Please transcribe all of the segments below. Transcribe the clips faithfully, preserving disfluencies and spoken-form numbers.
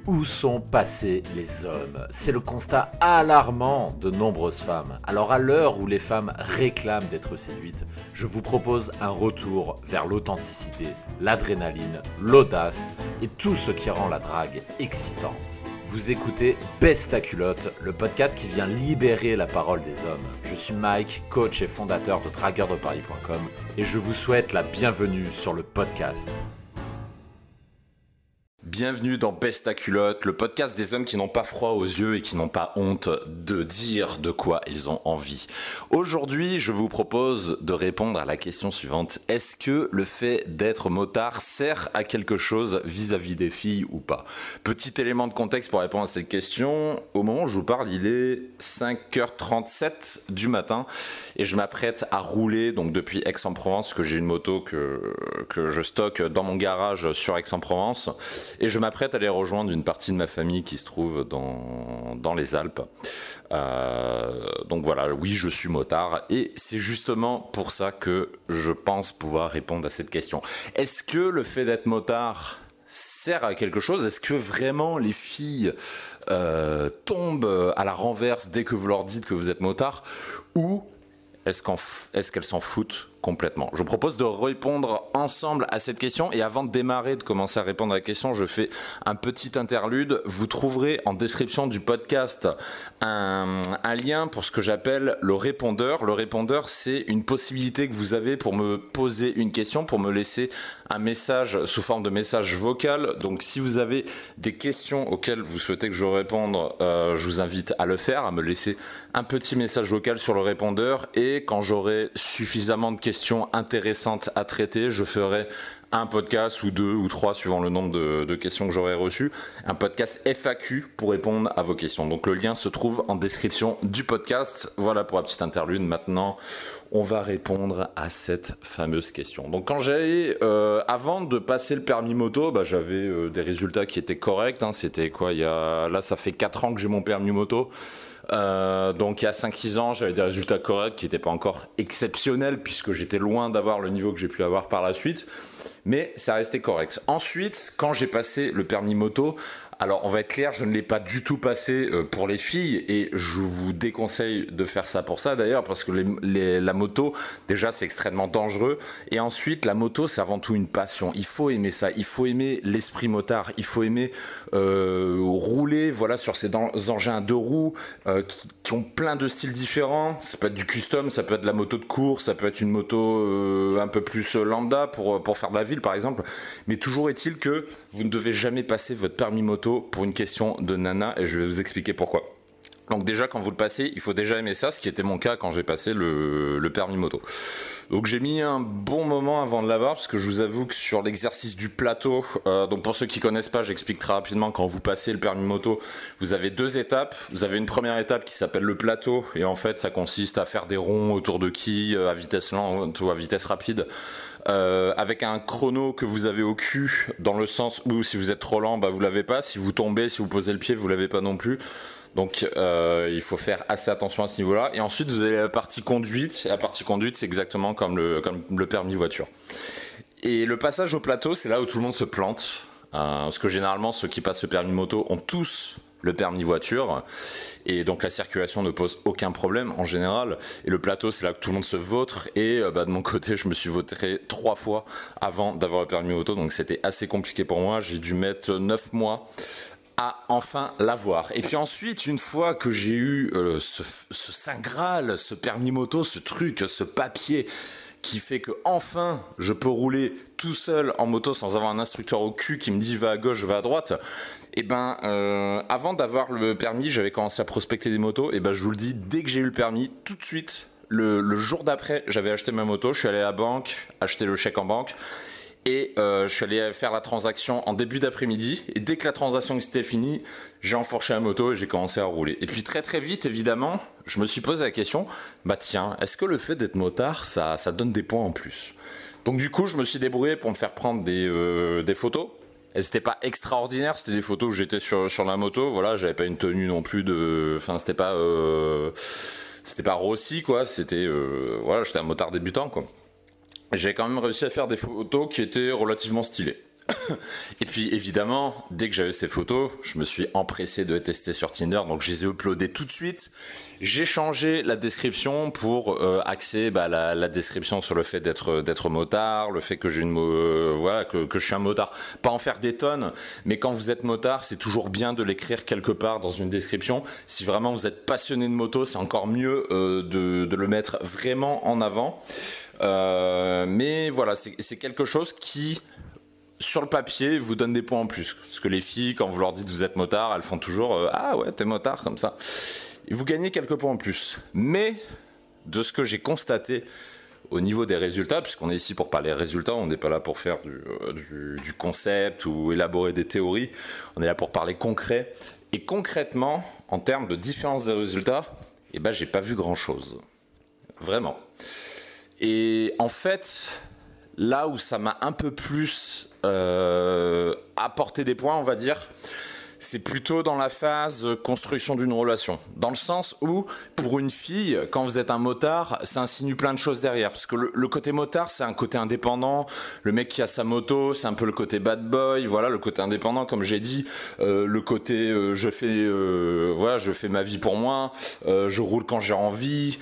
Où sont passés les hommes? C'est le constat alarmant de nombreuses femmes. Alors à l'heure où les femmes réclament d'être séduites, je vous propose un retour vers l'authenticité, l'adrénaline, l'audace et tout ce qui rend la drague excitante. Vous écoutez Baisse ta culotte, le podcast qui vient libérer la parole des hommes. Je suis Mike, coach et fondateur de dragueur de paris point com et je vous souhaite la bienvenue sur le podcast. Bienvenue dans Baisse ta culotte, le podcast des hommes qui n'ont pas froid aux yeux et qui n'ont pas honte de dire de quoi ils ont envie. Aujourd'hui, je vous propose de répondre à la question suivante. Est-ce que le fait d'être motard sert à quelque chose vis-à-vis des filles ou pas? Petit élément de contexte pour répondre à cette question. Au moment où je vous parle, il est cinq heures trente-sept du matin et je m'apprête à rouler donc depuis Aix-en-Provence, parce que j'ai une moto que, que je stocke dans mon garage sur Aix-en-Provence. Et je m'apprête à aller rejoindre une partie de ma famille qui se trouve dans, dans les Alpes. Euh, donc voilà, oui, je suis motard. Et c'est justement pour ça que je pense pouvoir répondre à cette question. Est-ce que le fait d'être motard sert à quelque chose? Est-ce que vraiment les filles euh, tombent à la renverse dès que vous leur dites que vous êtes motard? Ou est-ce qu'en, est-ce qu'elles s'en foutent complètement? Je vous propose de répondre ensemble à cette question, et avant de démarrer, de commencer à répondre à la question, je fais un petit interlude. Vous trouverez en description du podcast un, un lien pour ce que j'appelle le répondeur. Le répondeur, c'est une possibilité que vous avez pour me poser une question, pour me laisser un message sous forme de message vocal. Donc si vous avez des questions auxquelles vous souhaitez que je réponde, euh, je vous invite à le faire, à me laisser un petit message vocal sur le répondeur, et quand j'aurai suffisamment de questions intéressantes à traiter, je ferai un podcast ou deux ou trois suivant le nombre de, de questions que j'aurai reçues, un podcast F A Q pour répondre à vos questions. Donc le lien se trouve en description du podcast. Voilà pour la petite interlude. Maintenant, on va répondre à cette fameuse question. Donc quand j'ai, euh, avant de passer le permis moto, bah, j'avais euh, des résultats qui étaient corrects. Hein. C'était quoi, il y a, là ça fait quatre ans que j'ai mon permis moto. Euh, donc il y a cinq six ans, j'avais des résultats corrects qui n'étaient pas encore exceptionnels puisque j'étais loin d'avoir le niveau que j'ai pu avoir par la suite, mais ça restait correct. Ensuite, quand j'ai passé le permis moto, alors on va être clair, je ne l'ai pas du tout passé pour les filles et je vous déconseille de faire ça pour ça d'ailleurs, parce que les, les, la moto, déjà c'est extrêmement dangereux, et ensuite la moto c'est avant tout une passion. Il faut aimer ça, il faut aimer l'esprit motard, il faut aimer euh, rouler voilà, sur ces engins à deux roues euh, qui, qui ont plein de styles différents. Ça peut être du custom, ça peut être de la moto de course, ça peut être une moto euh, un peu plus lambda pour, pour faire de la ville par exemple, mais toujours est-il que vous ne devez jamais passer votre permis moto pour une question de nana, et je vais vous expliquer pourquoi. Donc déjà, quand vous le passez, il faut déjà aimer ça, ce qui était mon cas quand j'ai passé le, le permis moto. Donc j'ai mis un bon moment avant de l'avoir, parce que je vous avoue que sur l'exercice du plateau, euh, donc pour ceux qui connaissent pas, j'explique très rapidement. Quand vous passez le permis moto, vous avez deux étapes. Vous avez une première étape qui s'appelle le plateau, et en fait ça consiste à faire des ronds autour de quilles à vitesse lente ou à vitesse rapide, euh, avec un chrono que vous avez au cul, dans le sens où si vous êtes trop lent, bah vous l'avez pas. Si vous tombez, si vous posez le pied, vous l'avez pas non plus. Donc euh, il faut faire assez attention à ce niveau-là. Et ensuite vous avez la partie conduite. Et la partie conduite, c'est exactement comme le, comme le permis voiture. Et le passage au plateau, c'est là où tout le monde se plante. Euh, parce que généralement, ceux qui passent le permis moto ont tous le permis voiture. Et donc la circulation ne pose aucun problème en général. Et le plateau, c'est là que tout le monde se vautre. Et euh, bah, de mon côté, je me suis vautré trois fois avant d'avoir le permis moto. Donc c'était assez compliqué pour moi. J'ai dû mettre neuf mois à enfin l'avoir. Et puis ensuite, une fois que j'ai eu euh, ce, ce Saint Graal, ce permis moto, ce truc, ce papier qui fait que enfin je peux rouler tout seul en moto sans avoir un instructeur au cul qui me dit va à gauche, va à droite, et ben euh, avant d'avoir le permis, j'avais commencé à prospecter des motos. Et ben je vous le dis, dès que j'ai eu le permis, tout de suite, le, le jour d'après, j'avais acheté ma moto, je suis allé à la banque, acheter le chèque en banque. Et euh, je suis allé faire la transaction en début d'après-midi. Et dès que la transaction était finie, j'ai enfourché la moto et j'ai commencé à rouler. Et puis très très vite, évidemment, je me suis posé la question, bah tiens, est-ce que le fait d'être motard, ça, ça donne des points en plus? Donc du coup, je me suis débrouillé pour me faire prendre des, euh, des photos. Elles n'étaient pas extraordinaires, c'était des photos où j'étais sur, sur la moto. Voilà, j'avais pas une tenue non plus de... Enfin, c'était pas... Euh... C'était pas Rossi, quoi. C'était... Euh... Voilà, j'étais un motard débutant, quoi. J'ai quand même réussi à faire des photos qui étaient relativement stylées. Et puis évidemment, dès que j'avais ces photos, je me suis empressé de les tester sur Tinder, donc je les ai uploadées tout de suite. J'ai changé la description pour euh, axer bah, la, la description sur le fait d'être d'être motard, le fait que j'ai une euh, voilà que, que je suis un motard. Pas en faire des tonnes, mais quand vous êtes motard, c'est toujours bien de l'écrire quelque part dans une description. Si vraiment vous êtes passionné de moto, c'est encore mieux euh, de, de le mettre vraiment en avant. Euh, mais voilà, c'est, c'est quelque chose qui sur le papier, vous donne des points en plus. Parce que les filles, quand vous leur dites vous êtes motard, elles font toujours euh, ah ouais, t'es motard, comme ça. Et vous gagnez quelques points en plus. Mais de ce que j'ai constaté au niveau des résultats, puisqu'on est ici pour parler résultats, on n'est pas là pour faire du, euh, du, du concept ou élaborer des théories, on est là pour parler concret. Et concrètement, en termes de différence des résultats, eh ben, j'ai pas vu grand-chose. Vraiment. Et en fait, là où ça m'a un peu plus euh, apporté des points, on va dire, c'est plutôt dans la phase construction d'une relation. Dans le sens où, pour une fille, quand vous êtes un motard, ça insinue plein de choses derrière. Parce que le, le côté motard, c'est un côté indépendant. Le mec qui a sa moto, c'est un peu le côté bad boy. Voilà, le côté indépendant, comme j'ai dit. Euh, le côté, euh, je fais, euh, voilà, je fais ma vie pour moi. Euh, je roule quand j'ai envie.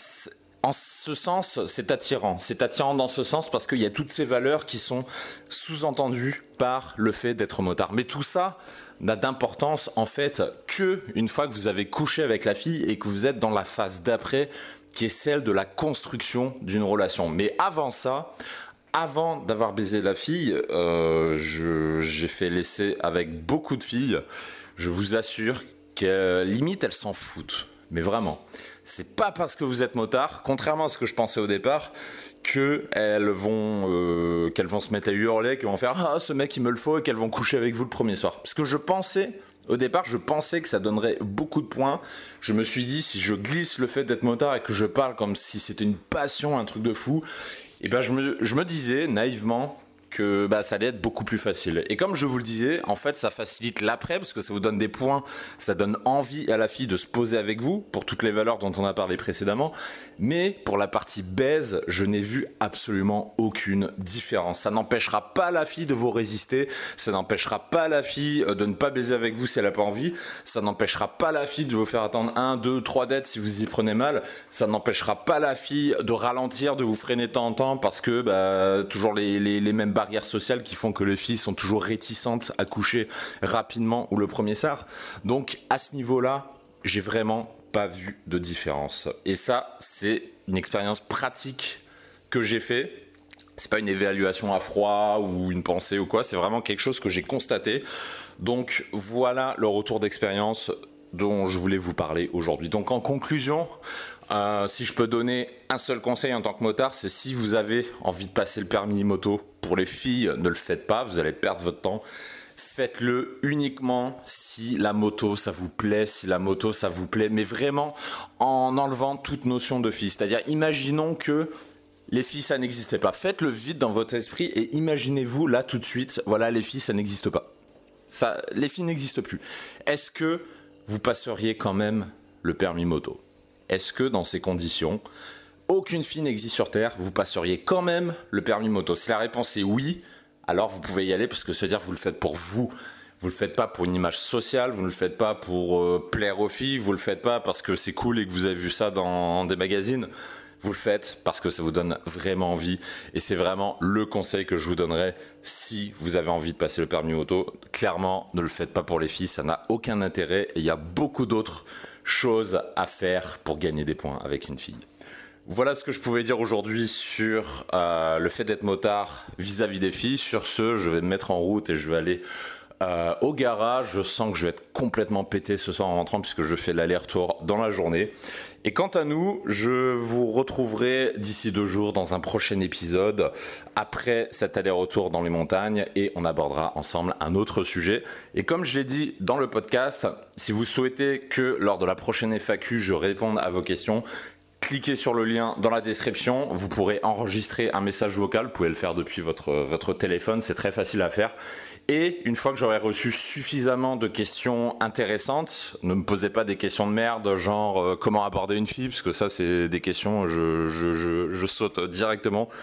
En ce sens, c'est attirant. C'est attirant dans ce sens parce qu'il y a toutes ces valeurs qui sont sous-entendues par le fait d'être motard. Mais tout ça n'a d'importance en fait que une fois que vous avez couché avec la fille et que vous êtes dans la phase d'après, qui est celle de la construction d'une relation. Mais avant ça, avant d'avoir baisé la fille, euh, je, j'ai fait l'essai avec beaucoup de filles. Je vous assure que limite elles s'en foutent. Mais vraiment. C'est pas parce que vous êtes motard, contrairement à ce que je pensais au départ, qu'elles vont, euh, qu'elles vont se mettre à hurler, qu'elles vont faire « Ah, ce mec, il me le faut » et qu'elles vont coucher avec vous le premier soir. Parce que je pensais, au départ, je pensais que ça donnerait beaucoup de points. Je me suis dit, si je glisse le fait d'être motard et que je parle comme si c'était une passion, un truc de fou, et ben je me, je me disais, naïvement, que bah, ça allait être beaucoup plus facile. Et comme je vous le disais, en fait, ça facilite l'après, parce que ça vous donne des points, ça donne envie à la fille de se poser avec vous, pour toutes les valeurs dont on a parlé précédemment. Mais pour la partie baise, je n'ai vu absolument aucune différence. Ça n'empêchera pas la fille de vous résister, ça n'empêchera pas la fille de ne pas baiser avec vous si elle n'a pas envie, ça n'empêchera pas la fille de vous faire attendre un, deux, trois dates si vous y prenez mal, ça n'empêchera pas la fille de ralentir, de vous freiner de temps en temps, parce que bah, toujours les, les, les mêmes barrières sociales qui font que les filles sont toujours réticentes à coucher rapidement ou le premier soir. Donc à ce niveau-là, j'ai vraiment pas vu de différence. Et ça, c'est une expérience pratique que j'ai fait. C'est pas une évaluation à froid ou une pensée ou quoi, c'est vraiment quelque chose que j'ai constaté. Donc voilà le retour d'expérience dont je voulais vous parler aujourd'hui. Donc en conclusion, euh, si je peux donner un seul conseil en tant que motard, c'est si vous avez envie de passer le permis moto, pour les filles, ne le faites pas, vous allez perdre votre temps. Faites-le uniquement si la moto ça vous plaît, si la moto ça vous plaît, mais vraiment en enlevant toute notion de fille. C'est-à-dire, imaginons que les filles ça n'existait pas. Faites-le vite dans votre esprit et imaginez-vous là tout de suite, voilà, les filles ça n'existe pas. Ça, les filles n'existent plus. Est-ce que vous passeriez quand même le permis moto? Est-ce que dans ces conditions, aucune fille n'existe sur Terre, vous passeriez quand même le permis moto? Si la réponse est oui, alors vous pouvez y aller, parce que ça veut dire que vous le faites pour vous. Vous le faites pas pour une image sociale, vous ne le faites pas pour euh, plaire aux filles, vous le faites pas parce que c'est cool et que vous avez vu ça dans des magazines. Vous le faites parce que ça vous donne vraiment envie. Et c'est vraiment le conseil que je vous donnerais si vous avez envie de passer le permis moto. Clairement, ne le faites pas pour les filles, ça n'a aucun intérêt. Et il y a beaucoup d'autres choses à faire pour gagner des points avec une fille. Voilà ce que je pouvais dire aujourd'hui sur euh, le fait d'être motard vis-à-vis des filles. Sur ce, je vais me mettre en route et je vais aller euh, au garage. Je sens que je vais être complètement pété ce soir en rentrant puisque je fais l'aller-retour dans la journée. Et quant à nous, je vous retrouverai d'ici deux jours dans un prochain épisode après cet aller-retour dans les montagnes et on abordera ensemble un autre sujet. Et comme je l'ai dit dans le podcast, si vous souhaitez que lors de la prochaine F A Q, je réponde à vos questions, cliquez sur le lien dans la description, vous pourrez enregistrer un message vocal, vous pouvez le faire depuis votre, votre téléphone, c'est très facile à faire. Et une fois que j'aurai reçu suffisamment de questions intéressantes, ne me posez pas des questions de merde, genre euh, comment aborder une fille, parce que ça c'est des questions, je, je, je, je saute directement.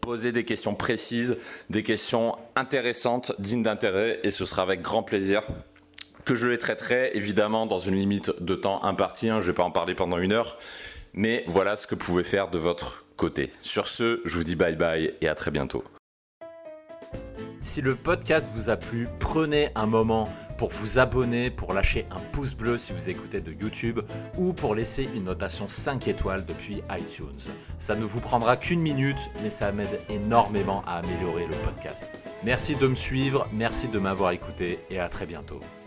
poser des questions précises, des questions intéressantes, dignes d'intérêt, et ce sera avec grand plaisir que je les traiterai, évidemment dans une limite de temps impartie, hein, je ne vais pas en parler pendant une heure, mais voilà ce que vous pouvez faire de votre côté. Sur ce, je vous dis bye bye et à très bientôt. Si le podcast vous a plu, prenez un moment pour vous abonner, pour lâcher un pouce bleu si vous écoutez de YouTube ou pour laisser une notation cinq étoiles depuis iTunes. Ça ne vous prendra qu'une minute, mais ça m'aide énormément à améliorer le podcast. Merci de me suivre, merci de m'avoir écouté et à très bientôt.